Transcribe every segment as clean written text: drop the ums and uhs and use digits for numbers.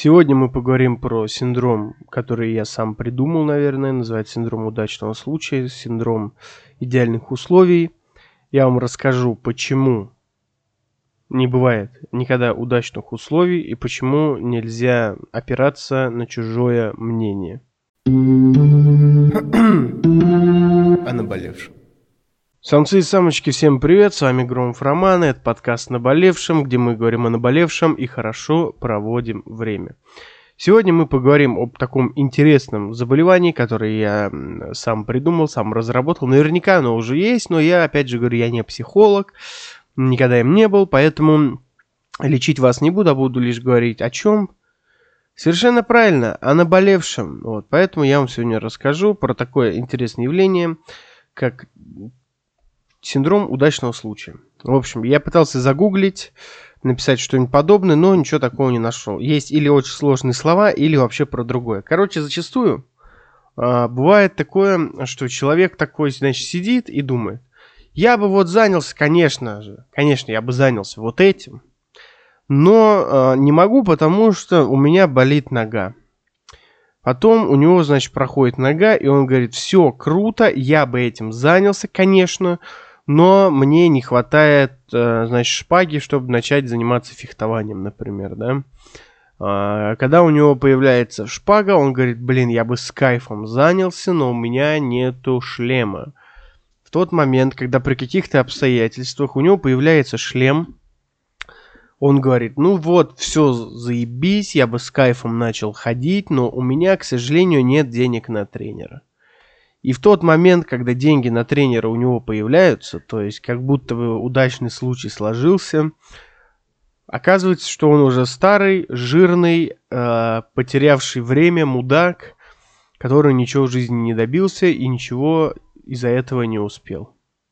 Сегодня мы поговорим про синдром, который я сам придумал, наверное, называется синдром удачного случая, синдром идеальных условий. Я вам расскажу, почему не бывает никогда удачных условий и почему нельзя опираться на чужое мнение. О наболевшем. Самцы и самочки, всем привет, с вами Громов Роман, это подкаст «Наболевшем», где мы говорим о наболевшем и хорошо проводим время. Сегодня мы поговорим об таком интересном заболевании, которое я сам придумал, сам разработал. Наверняка оно уже есть, но я, опять же говорю, я не психолог, никогда им не был, поэтому лечить вас не буду, а буду лишь говорить о чем. Совершенно правильно, о наболевшем. Вот, поэтому я вам сегодня расскажу про такое интересное явление, как синдром удачного случая. В общем, я пытался загуглить, написать что-нибудь подобное, но ничего такого не нашел. Есть или очень сложные слова, или вообще про другое. Короче, зачастую бывает такое, что человек такой, значит, сидит и думает, я бы вот занялся, конечно, я бы занялся вот этим, но не могу, потому что у меня болит нога. Потом у него, значит, проходит нога, и он говорит, все круто, я бы этим занялся, конечно, но мне не хватает, значит, шпаги, чтобы начать заниматься фехтованием, например, да. Когда у него появляется шпага, он говорит, блин, я бы с кайфом занялся, но у меня нету шлема. В тот момент, когда при каких-то обстоятельствах у него появляется шлем, он говорит, ну вот, все, заебись, я бы с кайфом начал ходить, но у меня, к сожалению, нет денег на тренера. И в тот момент, когда деньги на тренера у него появляются, то есть как будто бы удачный случай сложился, оказывается, что он уже старый, жирный, потерявший время мудак, который ничего в жизни не добился и ничего из-за этого не успел.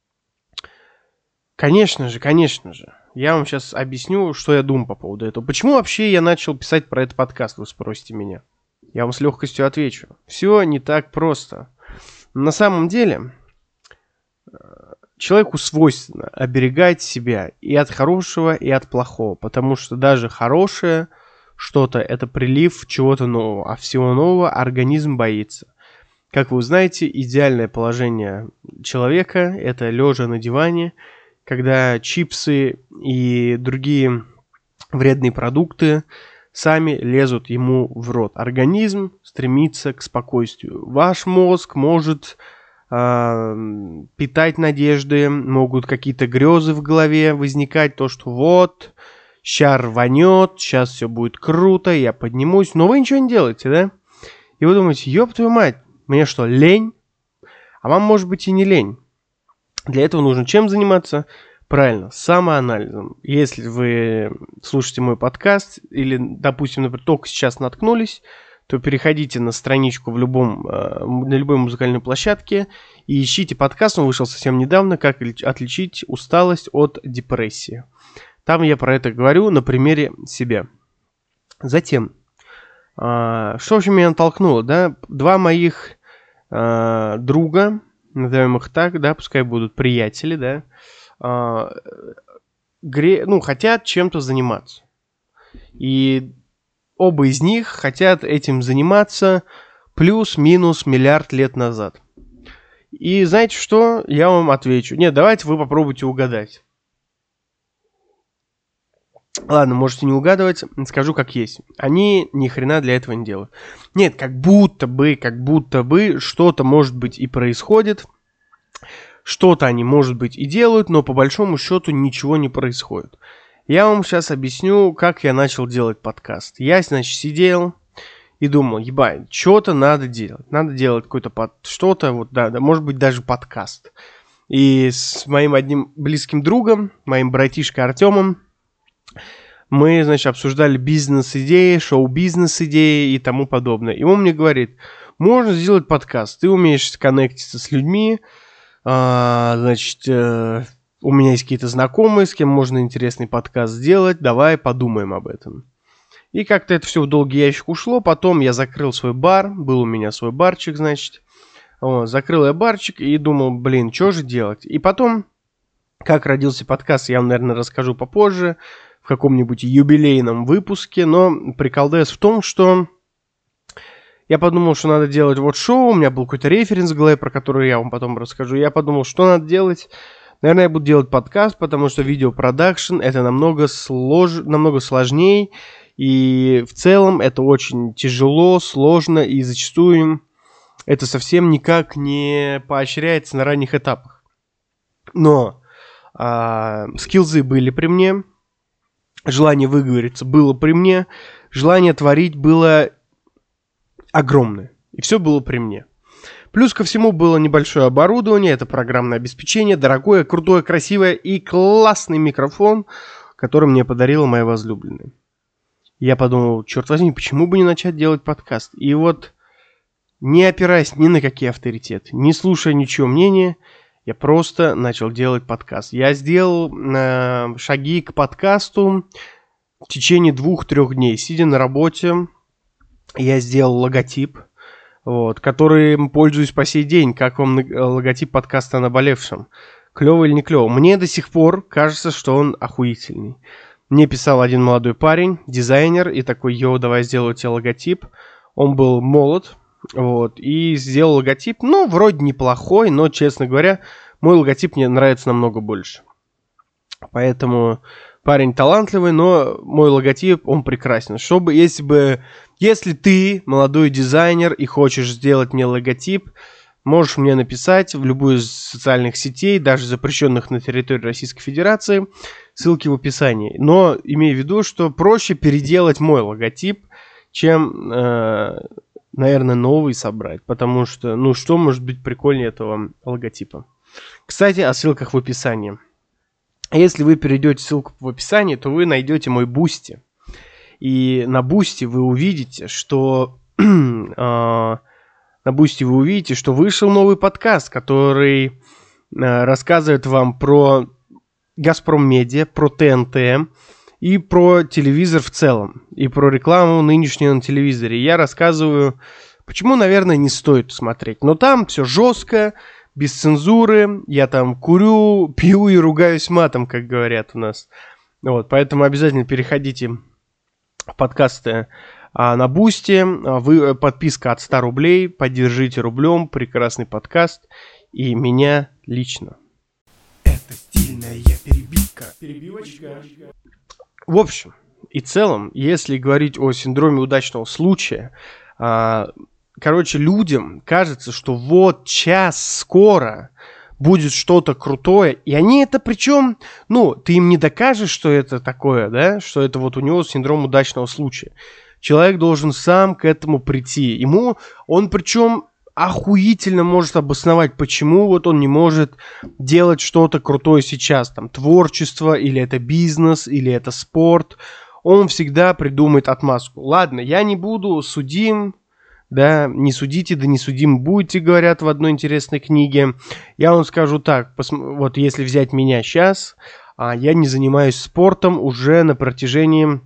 Конечно же, я вам сейчас объясню, что я думаю по поводу этого. Почему вообще я начал писать про этот подкаст, вы спросите меня. Я вам с легкостью отвечу. Все не так просто. На самом деле, человеку свойственно оберегать себя и от хорошего, и от плохого, потому что даже хорошее что-то – это прилив чего-то нового, а всего нового организм боится. Как вы знаете, идеальное положение человека – это лежа на диване, когда чипсы и другие вредные продукты сами лезут ему в рот. Организм стремится к спокойствию. Ваш мозг может питать надежды, могут какие-то грезы в голове возникать, то, что вот, ща рванет, сейчас все будет круто, я поднимусь, но вы ничего не делаете, да? И вы думаете, ёб твою мать, мне что, лень? А вам может быть и не лень. Для этого нужно чем заниматься? Правильно, самоанализом. Если вы слушаете мой подкаст или, допустим, например, только сейчас наткнулись, то переходите на страничку на любой музыкальной площадке и ищите подкаст, он вышел совсем недавно, как отличить усталость от депрессии. Там я про это говорю на примере себя. Затем, что вообще меня натолкнуло, да? Два моих друга, назовем их так, да, пускай будут приятели, да, хотят чем-то заниматься. И оба из них хотят этим заниматься плюс-минус миллиард лет назад. И знаете что? Я вам отвечу. Нет, давайте вы попробуйте угадать. Ладно, можете не угадывать, скажу как есть. Они ни хрена для этого не делают. Нет, как будто бы что-то может быть и происходит. Что-то они, может быть, и делают, но по большому счету ничего не происходит. Я вам сейчас объясню, как я начал делать подкаст. Я, значит, сидел и думал, ебать, что-то надо делать. Надо делать какое-то что-то, вот, да, может быть, даже подкаст. И с моим одним близким другом, моим братишкой Артемом, мы, значит, обсуждали бизнес-идеи, шоу-бизнес-идеи и тому подобное. И он мне говорит, можно сделать подкаст, ты умеешь коннектиться с людьми, значит, у меня есть какие-то знакомые, с кем можно интересный подкаст сделать, давай подумаем об этом. И как-то это все в долгий ящик ушло, потом я закрыл свой бар, был у меня свой барчик, значит, закрыл я барчик и думал, блин, что же делать? И потом, как родился подкаст, я вам, наверное, расскажу попозже, в в каком-нибудь юбилейном выпуске, но приколдес в том, что я подумал, что надо делать вот шоу, у меня был какой-то референс в голове, про который я вам потом расскажу. Я подумал, что надо делать. Наверное, я буду делать подкаст, потому что видеопродакшн это намного сложнее, и в целом это очень тяжело, сложно, и зачастую это совсем никак не поощряется на ранних этапах. Но скиллзы были при мне, желание выговориться было при мне, желание творить было огромное. И все было при мне. Плюс ко всему было небольшое оборудование, это программное обеспечение, дорогое, крутое, красивое и классный микрофон, который мне подарила моя возлюбленная. Я подумал, черт возьми, почему бы не начать делать подкаст? И вот, не опираясь ни на какие авторитеты, не слушая ничего мнения, я просто начал делать подкаст. Я сделал шаги к подкасту в течение 2-3 дней. Сидя на работе, я сделал логотип, которым пользуюсь по сей день. Как вам логотип подкаста о наболевшем? Клево или не клево? Мне до сих пор кажется, что он охуительный. Мне писал один молодой парень, дизайнер, и такой, йоу, давай сделаю тебе логотип. Он был молод, и сделал логотип, вроде неплохой, но, честно говоря, мой логотип мне нравится намного больше. Поэтому парень талантливый, но мой логотип, он прекрасен. Если ты молодой дизайнер и хочешь сделать мне логотип, можешь мне написать в любую из социальных сетей, даже запрещенных на территории Российской Федерации, ссылки в описании. Но имей в виду, что проще переделать мой логотип, чем, наверное, новый собрать. Потому что, что может быть прикольнее этого логотипа? Кстати, о ссылках в описании. Если вы перейдете ссылку в описании, то вы найдете мой Boosty. И на Boosty вы увидите, что вышел новый подкаст, который рассказывает вам про Газпром Медиа, про ТНТ и про телевизор в целом, и про рекламу нынешнюю на телевизоре. Я рассказываю, почему, наверное, не стоит смотреть. Но там все жестко, без цензуры, я там курю, пью и ругаюсь матом, как говорят у нас. Поэтому обязательно переходите в подкасты на Boosty. Подписка от 100 рублей, поддержите рублем, прекрасный подкаст и меня лично. Это стильная перебивочка. В общем и целом, если говорить о синдроме удачного случая, людям кажется, что вот сейчас, скоро будет что-то крутое, и они это причем, ты им не докажешь, что это такое, да, что это вот у него синдром удачного случая. Человек должен сам к этому прийти. Он причем охуительно может обосновать, почему вот он не может делать что-то крутое сейчас, там, творчество, или это бизнес, или это спорт. Он всегда придумает отмазку. Ладно, я не буду судим, да, не судите, да не судим будете, говорят в одной интересной книге. Я вам скажу так, вот если взять меня сейчас, я не занимаюсь спортом уже на протяжении,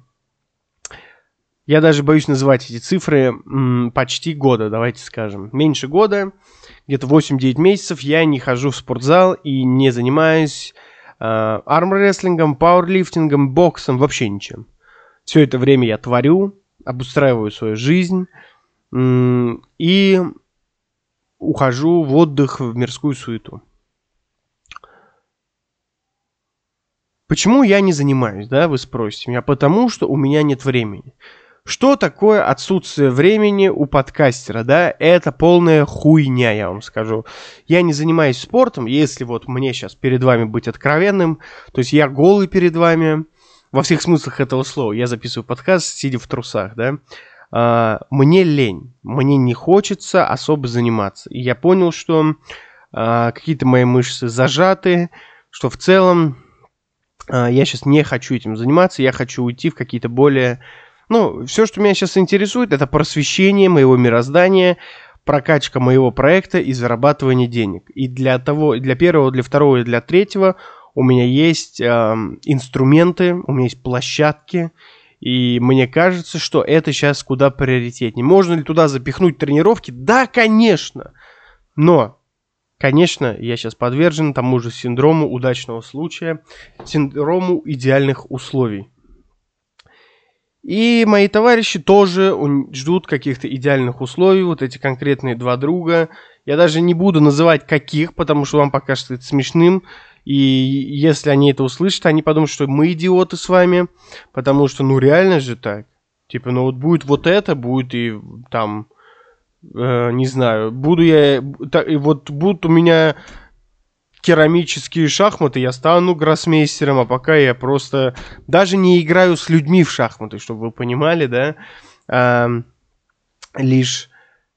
я даже боюсь называть эти цифры, почти года, давайте скажем. Меньше года, где-то 8-9 месяцев я не хожу в спортзал и не занимаюсь армрестлингом, пауэрлифтингом, боксом, вообще ничем. Все это время я творю, обустраиваю свою жизнь и ухожу в отдых, в мирскую суету. Почему я не занимаюсь, да, вы спросите меня? Потому что у меня нет времени. Что такое отсутствие времени у подкастера, да? Это полная хуйня, я вам скажу. Я не занимаюсь спортом, если вот мне сейчас перед вами быть откровенным, то есть я голый перед вами, во всех смыслах этого слова. Я записываю подкаст, сидя в трусах, да? Мне лень, мне не хочется особо заниматься. И я понял, что какие-то мои мышцы зажаты, что в целом я сейчас не хочу этим заниматься, я хочу уйти в какие-то более... все, что меня сейчас интересует, это просвещение моего мироздания, прокачка моего проекта и зарабатывание денег. И для первого, для второго и для третьего у меня есть инструменты, у меня есть площадки, и мне кажется, что это сейчас куда приоритетнее. Можно ли туда запихнуть тренировки? Да, конечно! Но, конечно, я сейчас подвержен тому же синдрому удачного случая, синдрому идеальных условий. И мои товарищи тоже ждут каких-то идеальных условий, вот эти конкретные два друга. Я даже не буду называть каких, потому что вам покажется это смешным. И если они это услышат, они подумают, что мы идиоты с вами. Потому что, ну реально же так. Типа, ну вот будет вот это, будет и там, не знаю, буду я, и вот будут у меня керамические шахматы, я стану гроссмейстером, а пока я просто даже не играю с людьми в шахматы, чтобы вы понимали, да, лишь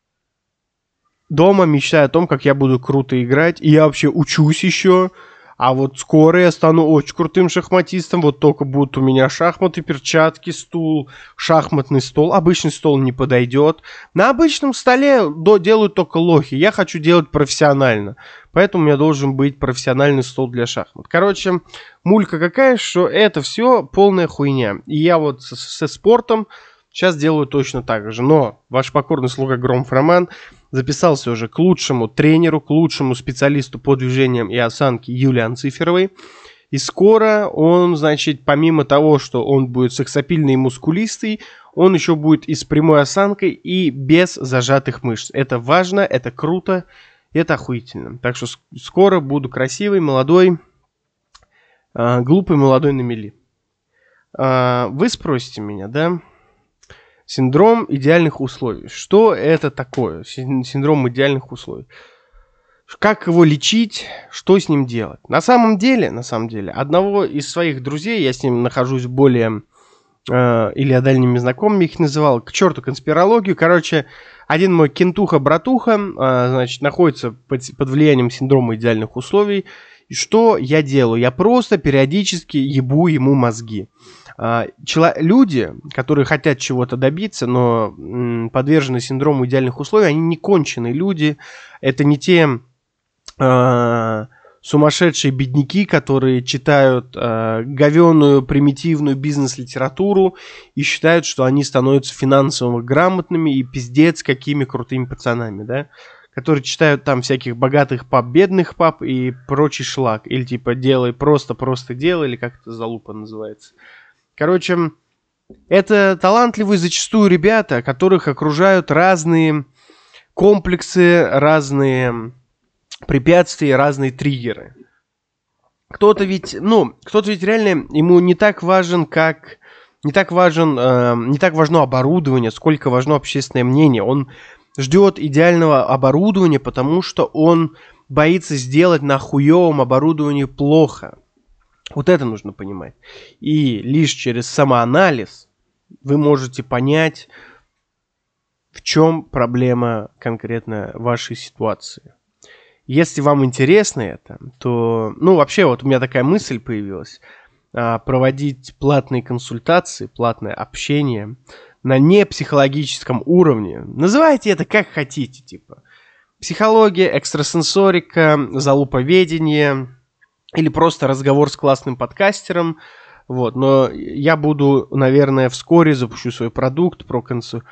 дома мечтаю о том, как я буду круто играть, и я вообще учусь еще, а вот скоро я стану очень крутым шахматистом, вот только будут у меня шахматы, перчатки, стул, шахматный стол, обычный стол не подойдет. На обычном столе делают только лохи, я хочу делать профессионально, поэтому у меня должен быть профессиональный стол для шахмат. Короче, мулька какая, что это все полная хуйня, и я вот со спортом сейчас делаю точно так же, но ваш покорный слуга Громов Роман записался уже к лучшему тренеру, к лучшему специалисту по движениям и осанке Юлии Анциферовой. И скоро он, значит, помимо того, что он будет сексапильный и мускулистый, он еще будет и с прямой осанкой, и без зажатых мышц. Это важно, это круто, это охуительно. Так что скоро буду красивый, молодой, глупый, молодой на мели. Вы спросите меня, да? Синдром идеальных условий. Что это такое? Синдром идеальных условий. Как его лечить? Что с ним делать? На самом деле, одного из своих друзей, я с ним нахожусь более или я дальними знакомыми их называл, к черту конспирологию. Короче, один мой кентуха-братуха, значит, находится под влиянием синдрома идеальных условий. И что я делаю? Я просто периодически ебу ему мозги. Люди, которые хотят чего-то добиться, но подвержены синдрому идеальных условий, они не конченые люди. Это не те сумасшедшие бедняки, которые читают говёную, примитивную бизнес-литературу и считают, что они становятся финансово грамотными и пиздец какими крутыми пацанами, да? Которые читают там всяких богатых пап, бедных пап и прочий шлак. Или типа делай просто делай, или как это залупа называется. Короче, это талантливые зачастую ребята, которых окружают разные комплексы, разные препятствия, разные триггеры. Кто-то ведь реально, ему не так важно оборудование, сколько важно общественное мнение. Он ждет идеального оборудования, потому что он боится сделать на хуевом оборудовании плохо. Вот это нужно понимать. И лишь через самоанализ вы можете понять, в чем проблема конкретно вашей ситуации. Если вам интересно это, то... вообще, вот у меня такая мысль появилась. Проводить платные консультации, платное общение на непсихологическом уровне. Называйте это как хотите, типа. Психология, экстрасенсорика, залуповедение... Или просто разговор с классным подкастером. Вот. Но я буду, наверное, вскоре запущу свой продукт про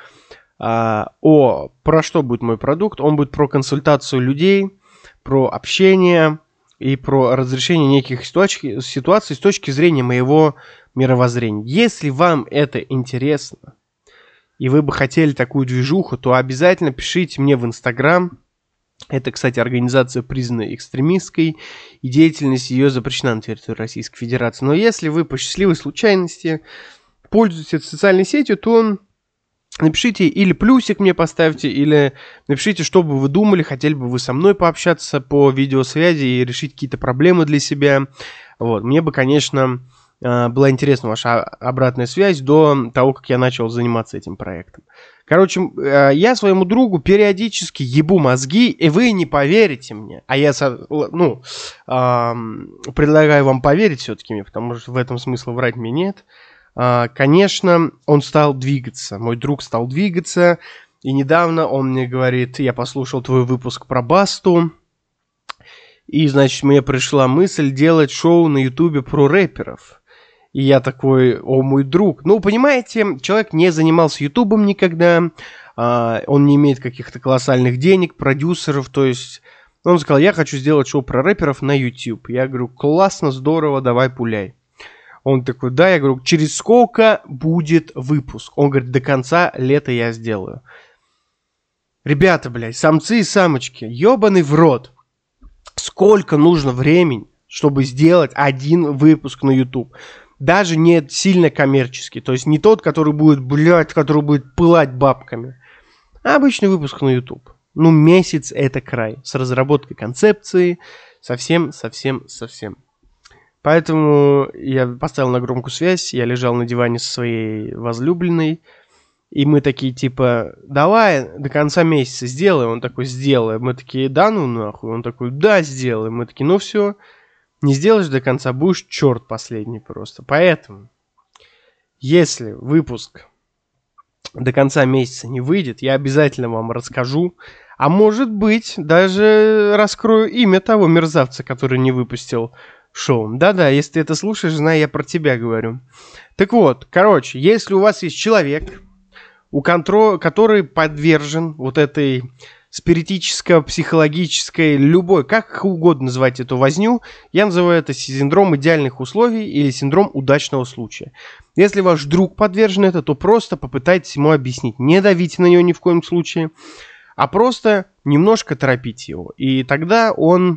что будет мой продукт? Он будет про консультацию людей, про общение и про разрешение неких ситуаций с точки зрения моего мировоззрения. Если вам это интересно, и вы бы хотели такую движуху, то обязательно пишите мне в Инстаграм. Это, кстати, организация, признанная экстремистской, и деятельность ее запрещена на территории Российской Федерации. Но если вы по счастливой случайности пользуетесь этой социальной сетью, то напишите или плюсик мне поставьте, или напишите, что бы вы думали, хотели бы вы со мной пообщаться по видеосвязи и решить какие-то проблемы для себя. Вот. Мне бы, конечно, была интересна ваша обратная связь до того, как я начал заниматься этим проектом. Короче, я своему другу периодически ебу мозги, и вы не поверите мне. А я предлагаю вам поверить все-таки мне, потому что в этом смысла врать мне нет. Конечно, он стал двигаться. Мой друг стал двигаться. И недавно он мне говорит: я послушал твой выпуск про Басту. И, значит, мне пришла мысль делать шоу на Ютубе про рэперов. И я такой: о, мой друг. Ну, понимаете, человек не занимался Ютубом никогда. Он не имеет каких-то колоссальных денег, продюсеров. То есть он сказал: я хочу сделать шоу про рэперов на YouTube. Я говорю: классно, здорово, давай пуляй. Он такой, да, я говорю, через сколько будет выпуск? Он говорит, до конца лета я сделаю. Ребята, блядь, самцы и самочки, ёбаный в рот. Сколько нужно времени, чтобы сделать один выпуск на YouTube? Даже не сильно коммерческий, то есть не тот, который будет, который будет пылать бабками, а обычный выпуск на YouTube. Ну, месяц это край, с разработкой концепции, совсем. Поэтому я поставил на громкую связь, я лежал на диване со своей возлюбленной, и мы такие, типа, давай до конца месяца сделаем. Он такой, сделаем. Мы такие, да ну нахуй. Он такой, да, сделаем. Мы такие, ну все, не сделаешь до конца, будешь черт последний просто. Поэтому, если выпуск до конца месяца не выйдет, я обязательно вам расскажу. А может быть, даже раскрою имя того мерзавца, который не выпустил шоу. Да-да, если ты это слушаешь, знай, я про тебя говорю. Так вот, короче, если у вас есть человек, который подвержен вот этой спиритическо-психологической, любой, как угодно называть эту возню, я называю это синдром идеальных условий или синдром удачного случая. Если ваш друг подвержен это, то просто попытайтесь ему объяснить. Не давите на него ни в коем случае, а просто немножко торопите его. И тогда он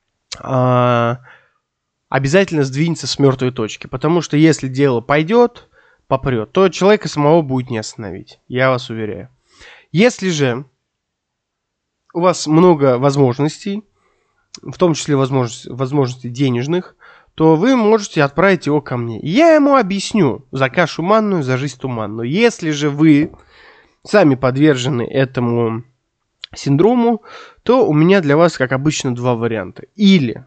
обязательно сдвинется с мертвой точки. Потому что если дело пойдет, попрет, то человека самого будет не остановить. Я вас уверяю. Если же у вас много возможностей, в том числе возможностей денежных, то вы можете отправить его ко мне. Я ему объясню за кашу манную, за жизнь туманную. Если же вы сами подвержены этому синдрому, то у меня для вас, как обычно, два варианта. Или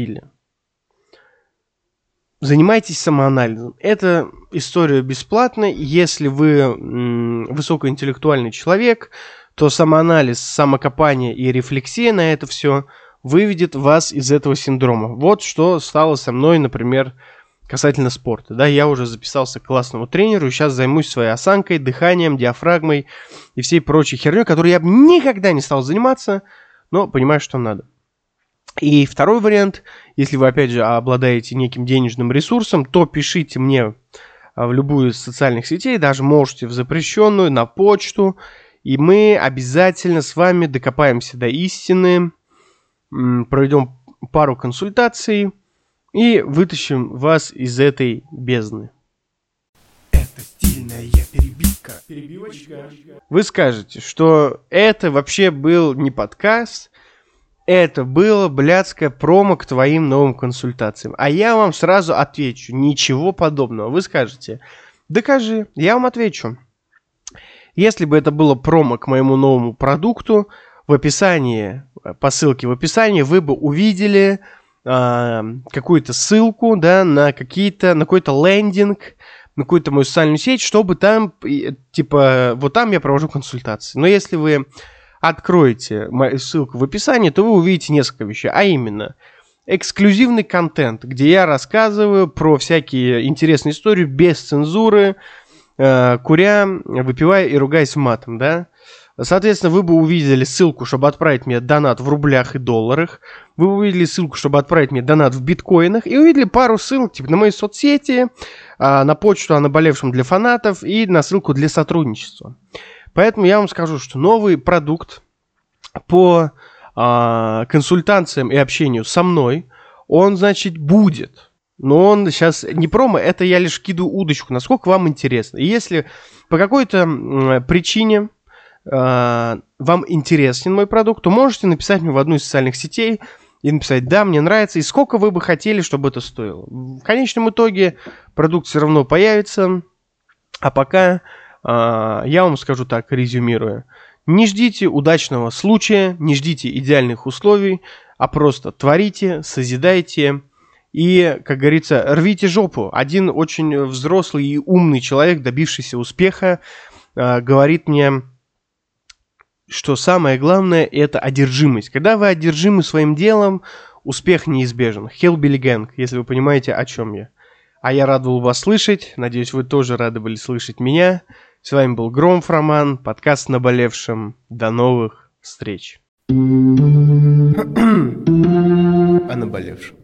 занимайтесь самоанализом. Это история бесплатная. Если вы высокоинтеллектуальный человек, то самоанализ, самокопание и рефлексия на это все выведет вас из этого синдрома. Вот что стало со мной, например, касательно спорта. Да, я уже записался к классному тренеру, и сейчас займусь своей осанкой, дыханием, диафрагмой и всей прочей херней, которой я бы никогда не стал заниматься, но понимаю, что надо. И второй вариант, если вы, опять же, обладаете неким денежным ресурсом, то пишите мне в любую из социальных сетей, даже можете в запрещенную, на почту, и мы обязательно с вами докопаемся до истины, проведем пару консультаций и вытащим вас из этой бездны. Это стильная перебивка. Перебивочка. Вы скажете, что это вообще был не подкаст, это было блядское промо к твоим новым консультациям. А я вам сразу отвечу, ничего подобного. Вы скажете, докажи, я вам отвечу. Если бы это было промо к моему новому продукту, в описании, по ссылке в описании, вы бы увидели какую-то ссылку, да, на какой-то лендинг, на какую-то мою социальную сеть, чтобы там, типа, вот там я провожу консультации. Но если вы откроете мою ссылку в описании, то вы увидите несколько вещей, а именно эксклюзивный контент, где я рассказываю про всякие интересные истории без цензуры, куря, выпивая и ругаясь матом, да. Соответственно, вы бы увидели ссылку, чтобы отправить мне донат в рублях и долларах. Вы бы увидели ссылку, чтобы отправить мне донат в биткоинах. И увидели пару ссылок, типа, на мои соцсети, на почту о наболевшем для фанатов и на ссылку для сотрудничества. Поэтому я вам скажу, что новый продукт по консультациям и общению со мной, он, значит, будет. Но он сейчас не промо, это я лишь кидаю удочку, насколько вам интересно. И если по какой-то причине вам интересен мой продукт, то можете написать мне в одну из социальных сетей и написать, да, мне нравится, и сколько вы бы хотели, чтобы это стоило. В конечном итоге продукт все равно появится, а пока я вам скажу так, резюмируя, не ждите удачного случая, не ждите идеальных условий, а просто творите, созидайте и, как говорится, рвите жопу. Один очень взрослый и умный человек, добившийся успеха, говорит мне, что самое главное – это одержимость. Когда вы одержимы своим делом, успех неизбежен. Hillbilly Gang, если вы понимаете, о чем я. А я рад был вас слышать. Надеюсь, вы тоже рады были слышать меня. С вами был Громов Роман, подкаст «Наболевшем». До новых встреч. О наболевшем.